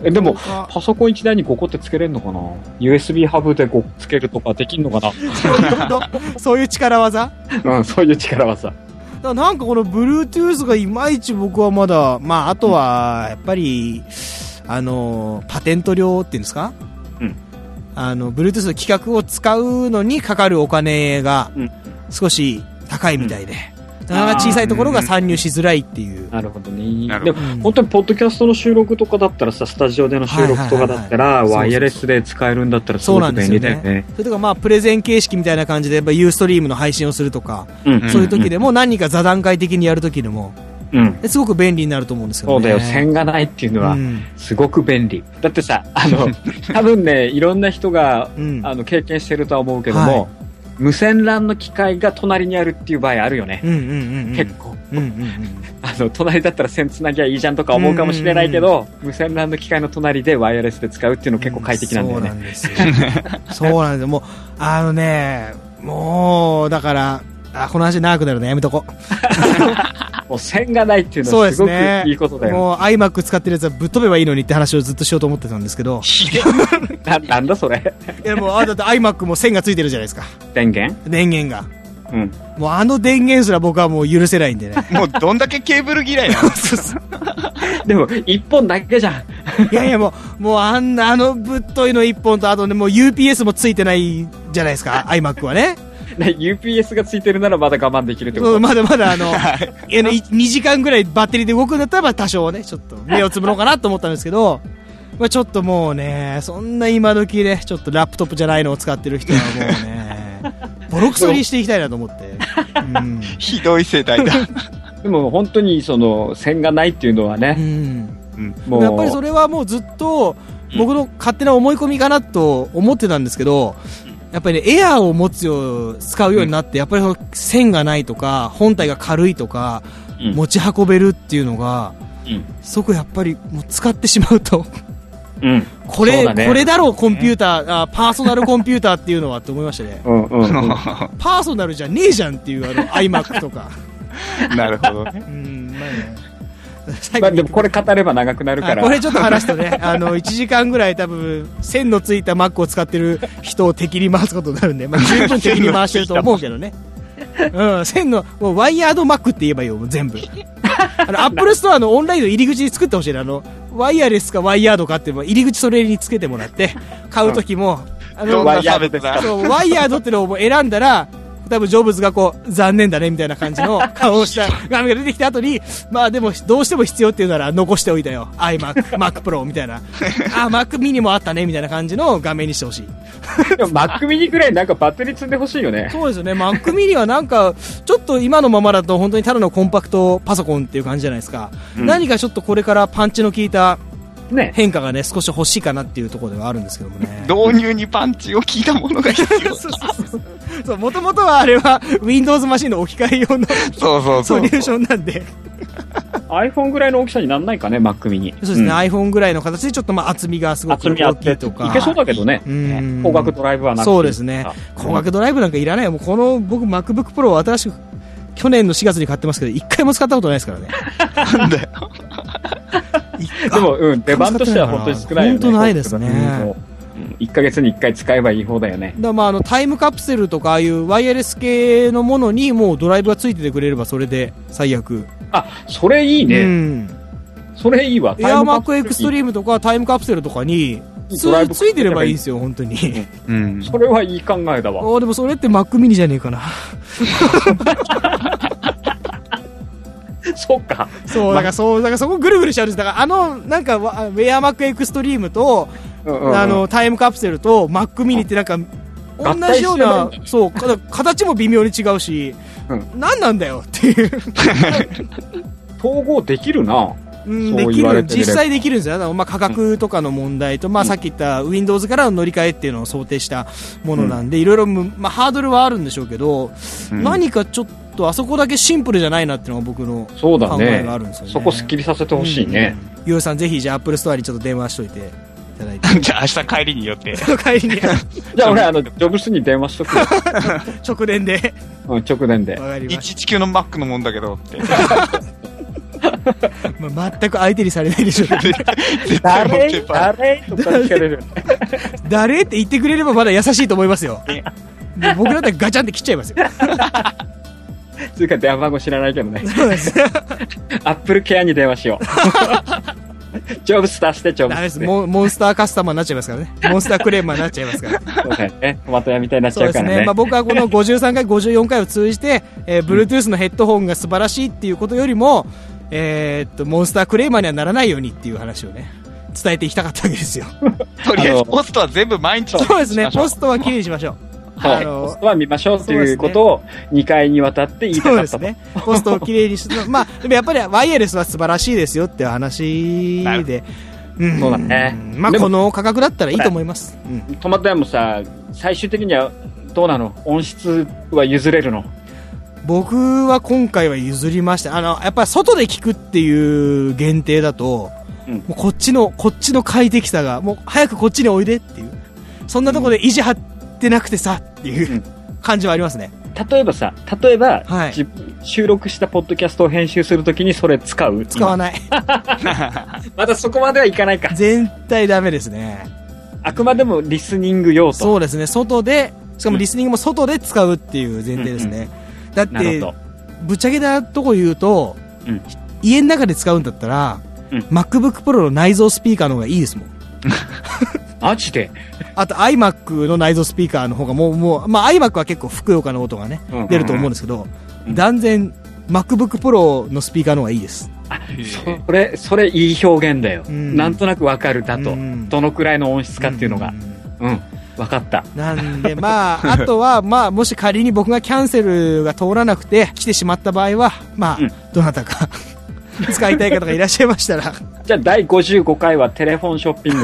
Speaker 2: でも、パソコン1台に5個ってつけれるのかな？ USB ハブで5つけるとかできんのかな？
Speaker 1: そういう力技？
Speaker 2: そういう力技。
Speaker 1: なんかこの Bluetooth がいまいち僕はまだ、あとは、やっぱり、パテント料っていうんですか？Bluetooth の規格を使うのにかかるお金が少し高いみたいで、なかなか小さいところが参入しづらいっていう。
Speaker 2: なるほどね。でも、本当にポッドキャストの収録とかだったらさ、スタジオでの収録とかだったら、ワイヤレスで使えるんだったらすごく便利だよね。
Speaker 1: それとかプレゼン形式みたいな感じで、ユーストリームの配信をするとか、そういう時でも何か座談会的にやる時でも、すごく便利になると思うんですけどね。
Speaker 2: そうだよ、線がないっていうのはすごく便利。だってさ、多分ね、いろんな人が、経験してるとは思うけども、無線 LAN の機械が隣にあるっていう場合あるよね。結構。隣だったら線つなぎゃいいじゃんとか思うかもしれないけど、無線 LAN の機械の隣でワイヤレスで使うっていうの結構快適なんだよね。
Speaker 1: そうなんですよ。もう、だから、この話長くなるのやめとこ。
Speaker 2: もう線がないっていうのはすごくいいことだよ。
Speaker 1: もう iMac 使ってるやつはぶっ飛べばいいのにって話をずっとしようと思ってたんですけど。
Speaker 2: なんだそれ。
Speaker 1: いやもう、だって iMac も線がついてるじゃないですか。
Speaker 2: 電源
Speaker 1: が。もう電源すら僕はもう許せないんでね。
Speaker 3: もうどんだけケーブル嫌いな
Speaker 2: の？でも、一本だけじゃん。
Speaker 1: いやもうぶっといの一本と、あとね、もう UPS もついてないじゃないですか、iMac はね。
Speaker 2: UPS がついてるならまだ我慢できるってこと？
Speaker 1: まだ2時間ぐらいバッテリーで動くんだったら多少ね、ちょっと目をつぶろうかなと思ったんですけど、ちょっともうね、そんな今時ね、ちょっとラップトップじゃないのを使ってる人はもうね、ボロクソにしていきたいなと思って。
Speaker 3: ひどい世代だ。
Speaker 2: でも本当に線がないっていうのはね、
Speaker 1: もうやっぱりそれはもうずっと僕の勝手な思い込みかなと思ってたんですけど、やっぱりね、エアーを使うようになって、やっぱり線がないとか、本体が軽いとか、持ち運べるっていうのが、すごくやっぱりもう使ってしまうと、これだろう、コンピューター、パーソナルコンピューターっていうのはって思いましたね。パーソナルじゃねえじゃんっていうiMac とか。
Speaker 3: なるほどね。
Speaker 2: でもこれ語れば長くなるから。
Speaker 1: これちょっと話すとね、1時間ぐらい多分、線のついた Mac を使ってる人を敵に回すことになるんで、十分敵に回してると思うけどね。線の、もうワイヤード Mac って言えばいいよ、全部。アップルストアのオンラインの入り口に作ってほしいな。ワイヤレスかワイヤードかって、入り口それにつけてもらって、買うときも、
Speaker 3: ワイヤードって
Speaker 1: ワイヤードってのを選んだら、 多分ジョブズがこう、残念だねみたいな感じの顔をした画面が出てきた後に、まあでもどうしても必要っていうなら残しておいたよ。Mac Pro みたいな。Mac mini もあったねみたいな感じの画面にしてほしい。
Speaker 2: でも Mac mini くらいなんかバッテリー積んでほしいよね。
Speaker 1: そうですよね。Mac mini はなんか、ちょっと今のままだと本当にただのコンパクトパソコンっていう感じじゃないですか。何かちょっとこれからパンチの効いた、変化がね、少し欲しいかなっていうところではあるんですけどもね。
Speaker 3: 導入にパンチを効いたものが必要。
Speaker 1: そう、もともとはあれは Windows マシンの置き換え用のソリューションなんで。
Speaker 2: iPhone ぐらいの大きさになんないかね、Mac mini。
Speaker 1: そうですね、iPhone ぐらいの形でちょっとまあ厚みがすごく大きいとか。
Speaker 2: いけそうだけどね。光学ドライブはなくて。
Speaker 1: そうですね。光学ドライブなんかいらないよ。もうこの僕 MacBook Pro を新しく去年の4月に買ってますけど、一回も使ったことないですからね。
Speaker 3: なんだよ。
Speaker 2: でも、出番としては本当に少ないよね。
Speaker 1: 本当ないですね。
Speaker 2: 1ヶ月に1回使えばいい方だよね。
Speaker 1: だまあタイムカプセルとかああいうワイヤレス系のものにもうドライブがついててくれればそれで最悪。
Speaker 2: それいいね。それいいわ。
Speaker 1: エアマックエクストリームとかタイムカプセルとかについてればいいんですよ、本当に。
Speaker 2: それはいい考えだわ。
Speaker 1: でもそれって Mac mini じゃねえかな。
Speaker 2: そっか。
Speaker 1: そう、だからそこぐるぐるしちゃうんです。だからなんか、ウェアマックエクストリームと、タイムカプセルと Mac mini ってなんか、同じような、そう、形も微妙に違うし、何なんだよっていう。
Speaker 2: 統合できるな。
Speaker 1: できる、実際できるんですよ。まあ、価格とかの問題と、まあ、さっき言った Windows からの乗り換えっていうのを想定したものなんで、いろいろ、まあ、ハードルはあるんでしょうけど、何かちょっとあそこだけシンプルじゃないなっていうのが僕の考えがあるんですよね。
Speaker 2: そこスッキリさせてほしいね。
Speaker 1: ゆうさんぜひじゃあ Apple Store にちょっと電話しといていただいて。
Speaker 3: じゃあ明日帰りによって。
Speaker 1: 帰りに。
Speaker 2: じゃあ俺ジョブスに電話しとくよ。
Speaker 1: 直電で。
Speaker 2: 直電で。
Speaker 3: 119の Mac のもんだけどって。
Speaker 1: まあ、全く相手にされないでしょうけど。
Speaker 2: 誰とか聞かれる。
Speaker 1: 誰って言ってくれればまだ優しいと思いますよ。僕だったらガチャンって切っちゃいますよ。
Speaker 2: つうか電話番号知らないけどね。そうです。アップルケアに電話しよう。ジョブス出して、ジョブス。ダメです。
Speaker 1: モンスターカスタマーになっちゃいますからね。モンスタークレーマーになっちゃいますから。
Speaker 2: そうだよね。トマト屋みたいになっちゃうからね。そうですね。
Speaker 1: まあ僕はこの53回、54回を通じて、Bluetooth のヘッドホンが素晴らしいっていうことよりも、モンスタークレーマーにはならないようにっていう話をね、伝えていきたかったわけですよ。
Speaker 3: とりあえずポストは全部毎日
Speaker 1: そうですね。ポストはきれいにしましょう。
Speaker 2: はい。ポストは見ましょうっていうことを2回にわたって言いたかったと。そうですね。
Speaker 1: ポストをきれいにして、まあ、でもやっぱりワイヤレスは素晴らしいですよっていう話で。
Speaker 2: そうだね。
Speaker 1: まあ、この価格だったらいいと思います。
Speaker 2: トマト屋もさ、最終的にはどうなの？音質は譲れるの？
Speaker 1: 僕は今回は譲りました。やっぱり外で聞くっていう限定だと、もうこっちの快適さが、もう早くこっちにおいでっていう。そんなところで意地張ってなくてさっていう感じはありますね。
Speaker 2: 例えば、はい、収録したポッドキャストを編集するときにそれ使
Speaker 1: わない。
Speaker 2: まだそこまではいかないか。
Speaker 1: 絶対ダメですね。
Speaker 2: あくまでもリスニング用と。
Speaker 1: そうですね。外で、しかもリスニングも外で使うっていう前提ですね。だって、ぶっちゃけたとこ言うと、家の中で使うんだったら、MacBook Pro の内蔵スピーカーの方がいいですもん。
Speaker 2: マジで？
Speaker 1: あと iMac の内蔵スピーカーの方がまあ iMac は結構ふくよかな音がね、出ると思うんですけど、断然 MacBook Pro のスピーカーの方がいいです。
Speaker 2: それいい表現だよ。なんとなくわかるだと。どのくらいの音質かっていうのが。わかった。
Speaker 1: なんで、まあ、あとは、まあ、もし仮に僕がキャンセルが通らなくて来てしまった場合は、まあ、どなたか使いたい方がいらっしゃいましたら。
Speaker 2: じゃあ、第55回はテレフォンショッピング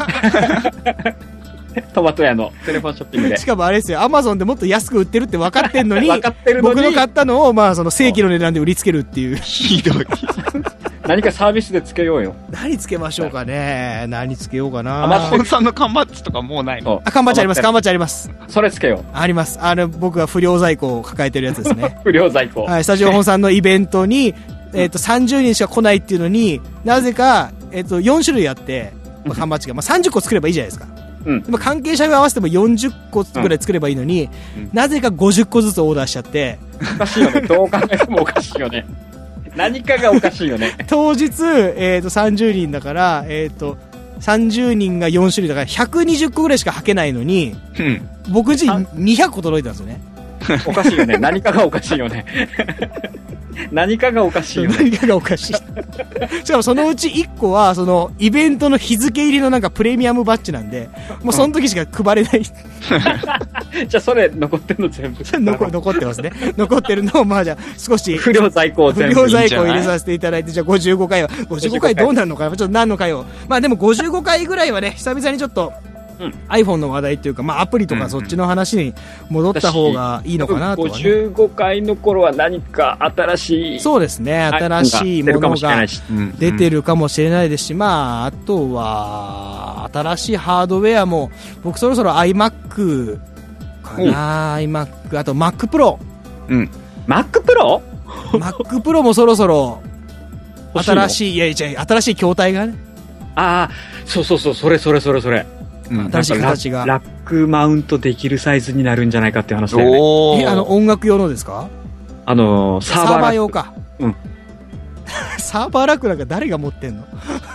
Speaker 2: で。トマト屋のテレフォンショッピングで。
Speaker 1: しかもあれですよ、アマゾンでもっと安く売ってるって分かってんのに、僕の買ったのを、まあ、その正規の値段で売りつけるっていう。
Speaker 3: ひどい。
Speaker 2: 何かサービスでつけようよ。
Speaker 1: 何つけましょうかね。何つけようかな。
Speaker 3: アマゾンさんの缶バッジとかもうないの？
Speaker 1: 缶バッジあります、缶バッジあります。
Speaker 2: それつけよう。
Speaker 1: あります。僕が不良在庫を抱えてるやつですね。
Speaker 2: 不良在庫。
Speaker 1: はい、スタジオ本さんのイベントに、30人しか来ないっていうのに、なぜか、4種類あって、缶バッジが、まあ、30個作ればいいじゃないですか。関係者に合わせても40個ぐらい作ればいいのに、なぜか50個ずつオーダーしちゃって。
Speaker 2: おかしいよね。どう考えてもおかしいよね。何かがおかしいよね。
Speaker 1: 当日、30人だから、30人が4種類だから120個ぐらいしか履けないのに、僕自身200個届いたんですよね。
Speaker 2: おかしいよね。何かがおかしいよね。何かがおかしいよね。
Speaker 1: 何かがおかしい。しかもそのうち1個は、その、イベントの日付入りのなんかプレミアムバッジなんで、もうその時しか配れない。じ
Speaker 2: ゃあそれ残ってんの全部
Speaker 1: 残ってますね。残ってるのを、まあじゃあ少し。
Speaker 2: 不良在庫を全部。
Speaker 1: 不良在庫を入れさせていただいて、じゃあ55回は、55回どうなるのかなちょっと何の回を。まあでも55回ぐらいはね、久々にちょっと、iPhone の話題っていうか、まあ、アプリとかそっちの話に戻った方がいいのかなとは、ね。
Speaker 2: 55回の頃は何か新しい。
Speaker 1: そうですね。新しいものが出てるかもしれないですし、まあ、あとは、新しいハードウェアも、僕そろそろ iMac かな、iMac、あと Mac Pro。
Speaker 2: Mac Pro？
Speaker 1: Mac Pro もそろそろ、新しい筐体がね。
Speaker 2: ああ、そう、それ。
Speaker 1: 新しい形が
Speaker 2: ラックマウントできるサイズになるんじゃないかっていう話だよね。
Speaker 1: 音楽用のですか？
Speaker 2: サーバー
Speaker 1: 用か。サーバーラックなんか誰が持ってんの？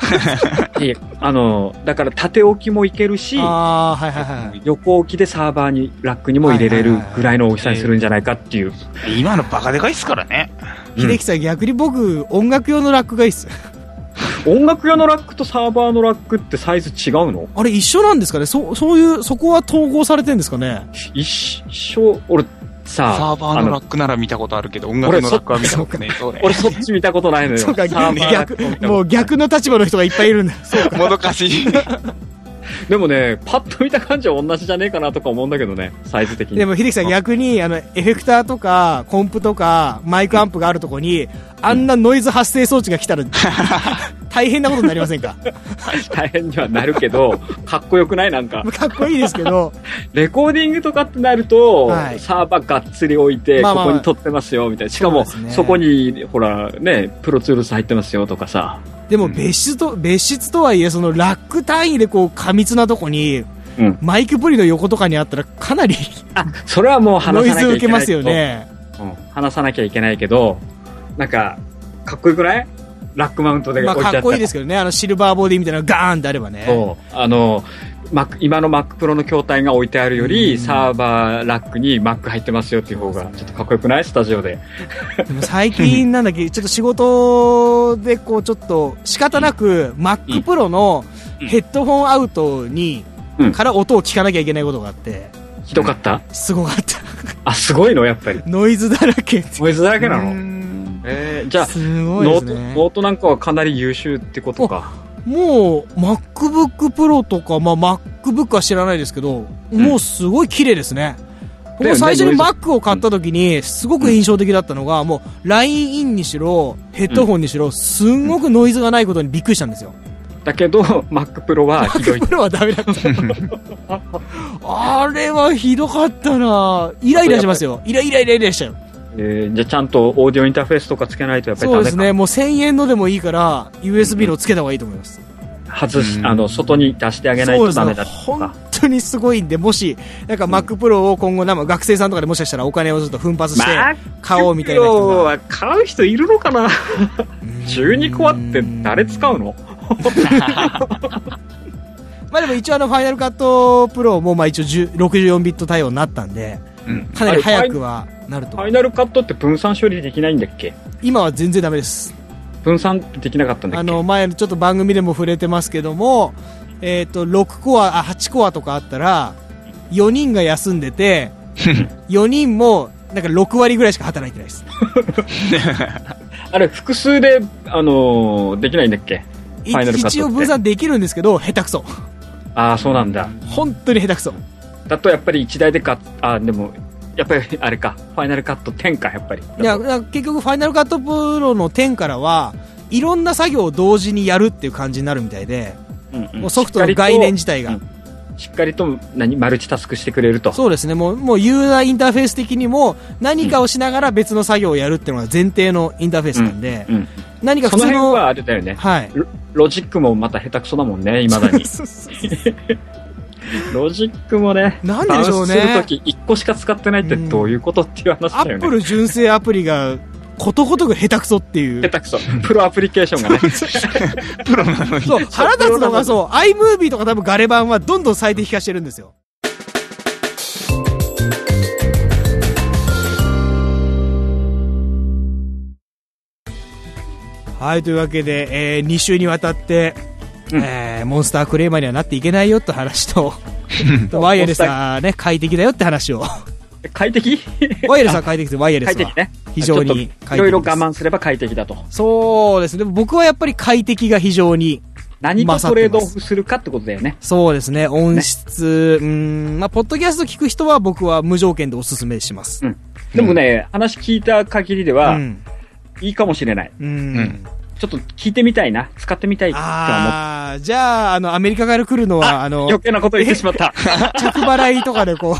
Speaker 2: だから縦置きもいけるし、横置きでサーバーにラックにも入れれるぐらいの大きさにするんじゃないかっていう。
Speaker 3: 今のバカでかいっすからね。
Speaker 1: 秀樹さん、逆に僕音楽用のラックがいいっす。
Speaker 2: 音楽用のラックとサーバーのラックってサイズ違うの？
Speaker 1: あれ一緒なんですかね。そういうそこは統合されてるんですかね。
Speaker 2: 一緒。俺さ、
Speaker 3: サーバーのラックなら見たことあるけど音楽のラックは見たことない。
Speaker 2: 俺そっち見たことないのよ。
Speaker 1: そうか、もう逆の立場の人がいっぱいいるんだ。そうか。
Speaker 3: もどかしい。
Speaker 2: でもね、パッと見た感じは同じじゃねえかなとか思うんだけどね、サイズ的に。
Speaker 1: でも秀樹さん、逆にエフェクターとかコンプとかマイクアンプがあるとこにあんなノイズ発生装置が来たら大変なことになりませんか？
Speaker 2: 大変にはなるけど、かっこよくない？なんか
Speaker 1: かっこいいですけど、
Speaker 2: レコーディングとかってなると、サーバーがっつり置いて、ここに撮ってますよみたいな。しかもそこにほらね、プロツールス入ってますよとかさ。
Speaker 1: でも別室とはいえ、そのラック単位でこう過密なとこに、マイクプリの横とかにあったらかなり
Speaker 2: それはもう話さなきゃいけない。
Speaker 1: ノイズ受けますよね。
Speaker 2: 話さなきゃいけないけど、なんかかっこよくない？ラックマウントで置いてあったら。
Speaker 1: かっこいいですけどね、シルバーボディみたいなのがガーンってあればね。
Speaker 2: そう。今の Mac Pro の筐体が置いてあるより、サーバーラックに Mac 入ってますよっていう方がちょっとかっこよくない？スタジオで。
Speaker 1: でも最近なんだっけ、ちょっと仕事でこうちょっと仕方なく Mac Pro のヘッドホンアウトにから音を聞かなきゃいけないことがあって。
Speaker 2: ひどかった？
Speaker 1: すごかった。
Speaker 2: あ、すごいのやっぱり。
Speaker 1: ノイズだらけ。
Speaker 2: ノイズだらけなの？じゃあ、
Speaker 1: すごいですね。
Speaker 2: ノートなんかはかなり優秀ってことか。
Speaker 1: もう MacBook Pro とか、MacBook は知らないですけど、もうすごい綺麗ですね。僕最初に Mac を買った時にすごく印象的だったのが、もう LINE インにしろヘッドホンにしろすんごくノイズがないことにびっくりしたんですよ。
Speaker 2: だけど Mac Pro はひどい。
Speaker 1: Mac Pro はダメだったあれはひどかったな。イライラしますよ。イライラしちゃう。
Speaker 2: じゃあちゃんとオーディオインターフェースとかつけないとやっぱりダメか。
Speaker 1: そうですね。もう1000円のでもいいから USB のつけた方がいいと思います。
Speaker 2: 外に出してあげないとダメだとか。
Speaker 1: 本当にすごいんで、もしなんか Mac Pro を今後学生さんとかでもしかしたらお金をちょっと奮発して買おうみたいな人が。
Speaker 2: Mac Pro は買う人いるのかな。12個あって誰使うの？
Speaker 1: まあでも一応ファイナルカットプロも一応64ビット対応になったんで、かなり早くはなると。
Speaker 2: ファイナルカットって分散処理できないんだっけ？
Speaker 1: 今は全然ダメです。
Speaker 2: 分散できなかったんだっけ？
Speaker 1: 前ちょっと番組でも触れてますけども、6コア8コアとかあったら4人が休んでて4人もなんか6割ぐらいしか働いてないです。
Speaker 2: あれ複数でできないんだっけ？ファイナルカットって
Speaker 1: 一応分散できるんですけど下手くそ。
Speaker 2: ああ、そうなんだ。
Speaker 1: 本当に下手くそ
Speaker 2: だとやっぱり1台ででもやっぱりあれか、ファイナルカット10か、やっぱり。
Speaker 1: いや結局ファイナルカットプロの10からはいろんな作業を同時にやるっていう感じになるみたいで、もうソフトの概念自体が
Speaker 2: しっかりとマルチタスクしてくれると。
Speaker 1: そうですね。もうユーザーインターフェース的にも何かをしながら別の作業をやるっていうのが前提のインターフェースなんで、何か普通の
Speaker 2: その辺はあれだよね、
Speaker 1: はい、
Speaker 2: ロジックもまた下手くそだもんね、未だに。ロジックもね、
Speaker 1: なんでしょうね、
Speaker 2: バウンスするとき1個しか使ってないってどういうことっていう話だよね。
Speaker 1: アップル純正アプリがことごとく下手くそっていう。
Speaker 2: 下手くそ。プロアプリケーションがね。
Speaker 3: プロなのに。
Speaker 1: そう、腹立つのがそう、iMovie とか多分ガレ版はどんどん最適化してるんですよ。 はい、というわけで、2週にわたって、モンスタークレーマーにはなっていけないよって話と、ワイヤレスはね、快適だよって話を。
Speaker 2: 快適
Speaker 1: ワイヤレスは快適です。ワイヤレスは。快適
Speaker 2: ね。
Speaker 1: 非常に快適です。
Speaker 2: いろいろ我慢すれば快適だと。
Speaker 1: そうですね。でも僕はやっぱり快適が非常に。
Speaker 2: 何とトレードオフするかってことだよね。
Speaker 1: そうですね。音質、まあ、ポッドキャスト聞く人は僕は無条件でお勧めします。
Speaker 2: でもね、話聞いた限りでは、いいかもしれない。ちょっと聞いてみたいな。使ってみたいって思
Speaker 1: って。じゃあ、アメリカから来るのは、
Speaker 2: 余計なこと言ってしまった。
Speaker 1: 着払いとかでこう。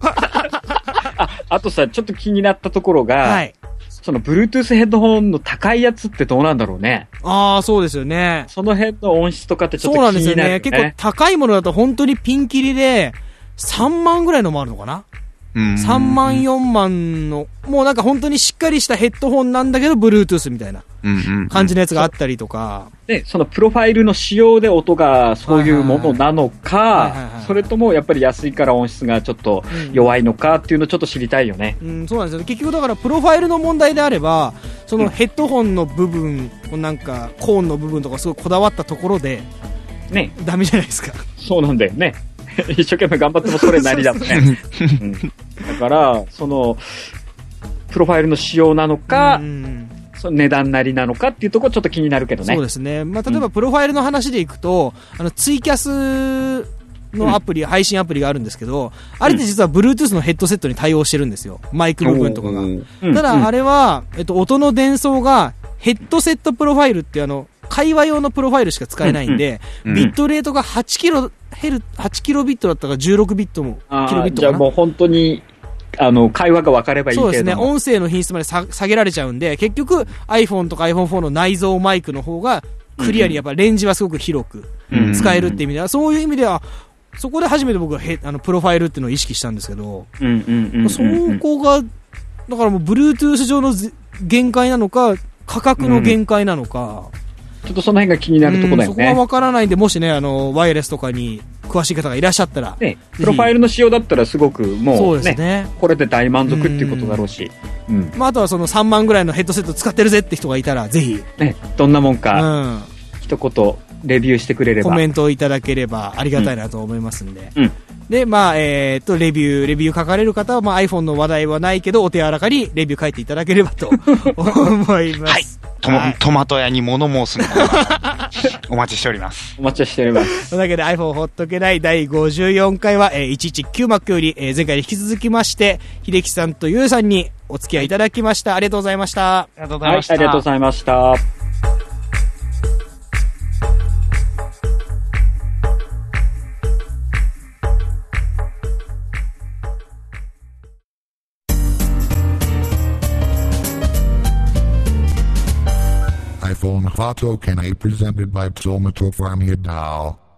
Speaker 2: あとさ、ちょっと気になったところが、はい。その Bluetooth ヘッドホンの高いやつってどうなんだろうね。
Speaker 1: そうですよね。
Speaker 2: その辺の音質とかってちょっと気になるね。そうなんですよね。
Speaker 1: 結構高いものだと本当にピンキリで、3万ぐらいのもあるのかな？3万、4万の、もうなんか本当にしっかりしたヘッドホンなんだけど、Bluetooth みたいな感じのやつがあったりとか。
Speaker 2: で、そのプロファイルの仕様で音がそういうものなのか、それともやっぱり安いから音質がちょっと弱いのかっていうのをちょっと知りたいよね。
Speaker 1: そうなんですよ。結局だからプロファイルの問題であれば、そのヘッドホンの部分、なんかコーンの部分とかすごいこだわったところで、ね。ダメじゃないですか。
Speaker 2: そうなんだよね。一生懸命頑張ってもそれなりだもんね。だから、その、プロファイルの仕様なのか、その値段なりなのかっていうところちょっと気になるけどね。
Speaker 1: そうですね。まあ、例えばプロファイルの話でいくと、ツイキャスのアプリ、配信アプリがあるんですけど、あれって実は Bluetooth のヘッドセットに対応してるんですよ。マイク部分とかが。ただ、あれは、音の伝送がヘッドセットプロファイルって会話用のプロファイルしか使えないんで、ビットレートが8キロビットだったか16ビットも、キロビットかな。
Speaker 2: じゃあもう本当に、会話が分かればいいけど。
Speaker 1: そうですね。音声の品質まで下げられちゃうんで、結局 iPhone とか iPhone4 の内蔵マイクの方がクリアにやっぱレンジはすごく広く使えるっていう意味では、そういう意味では、そこで初めて僕はプロファイルっていうのを意識したんですけど、そこが、だからもう Bluetooth 上の限界なのか、価格の限界なのか、
Speaker 2: ちょっとその辺が気になるところだよね。
Speaker 1: そこがわからないんで、もしね、ワイヤレスとかに詳しい方がいらっしゃったら。
Speaker 2: ね、プロファイルの仕様だったらすごくもう、ね、そうですね。これで大満足っていうことだろうし。
Speaker 1: まあ、あとはその3万ぐらいのヘッドセット使ってるぜって人がいたら、ぜひ。
Speaker 2: ね、どんなもんか、一言、レビューしてくれれば。
Speaker 1: コメントをいただければありがたいなと思いますんで。で、まあ、レビュー書かれる方は、まあ、iPhone の話題はないけど、お手柔らかにレビュー書いていただければと思います。
Speaker 3: はい。トマト屋に物申すのお待ちしております。
Speaker 2: お待ちしております。
Speaker 1: というわけで iPhone ほっとけない第54回は、119Mac より、前回に引き続きまして、秀樹さんとゆうさんにお付き合いいただきました。ありがとうございました。
Speaker 3: ありがとうございました。
Speaker 2: はい、ありがとうございました。
Speaker 4: iPhone Hot Token presented by Ptomato Farmia DAO.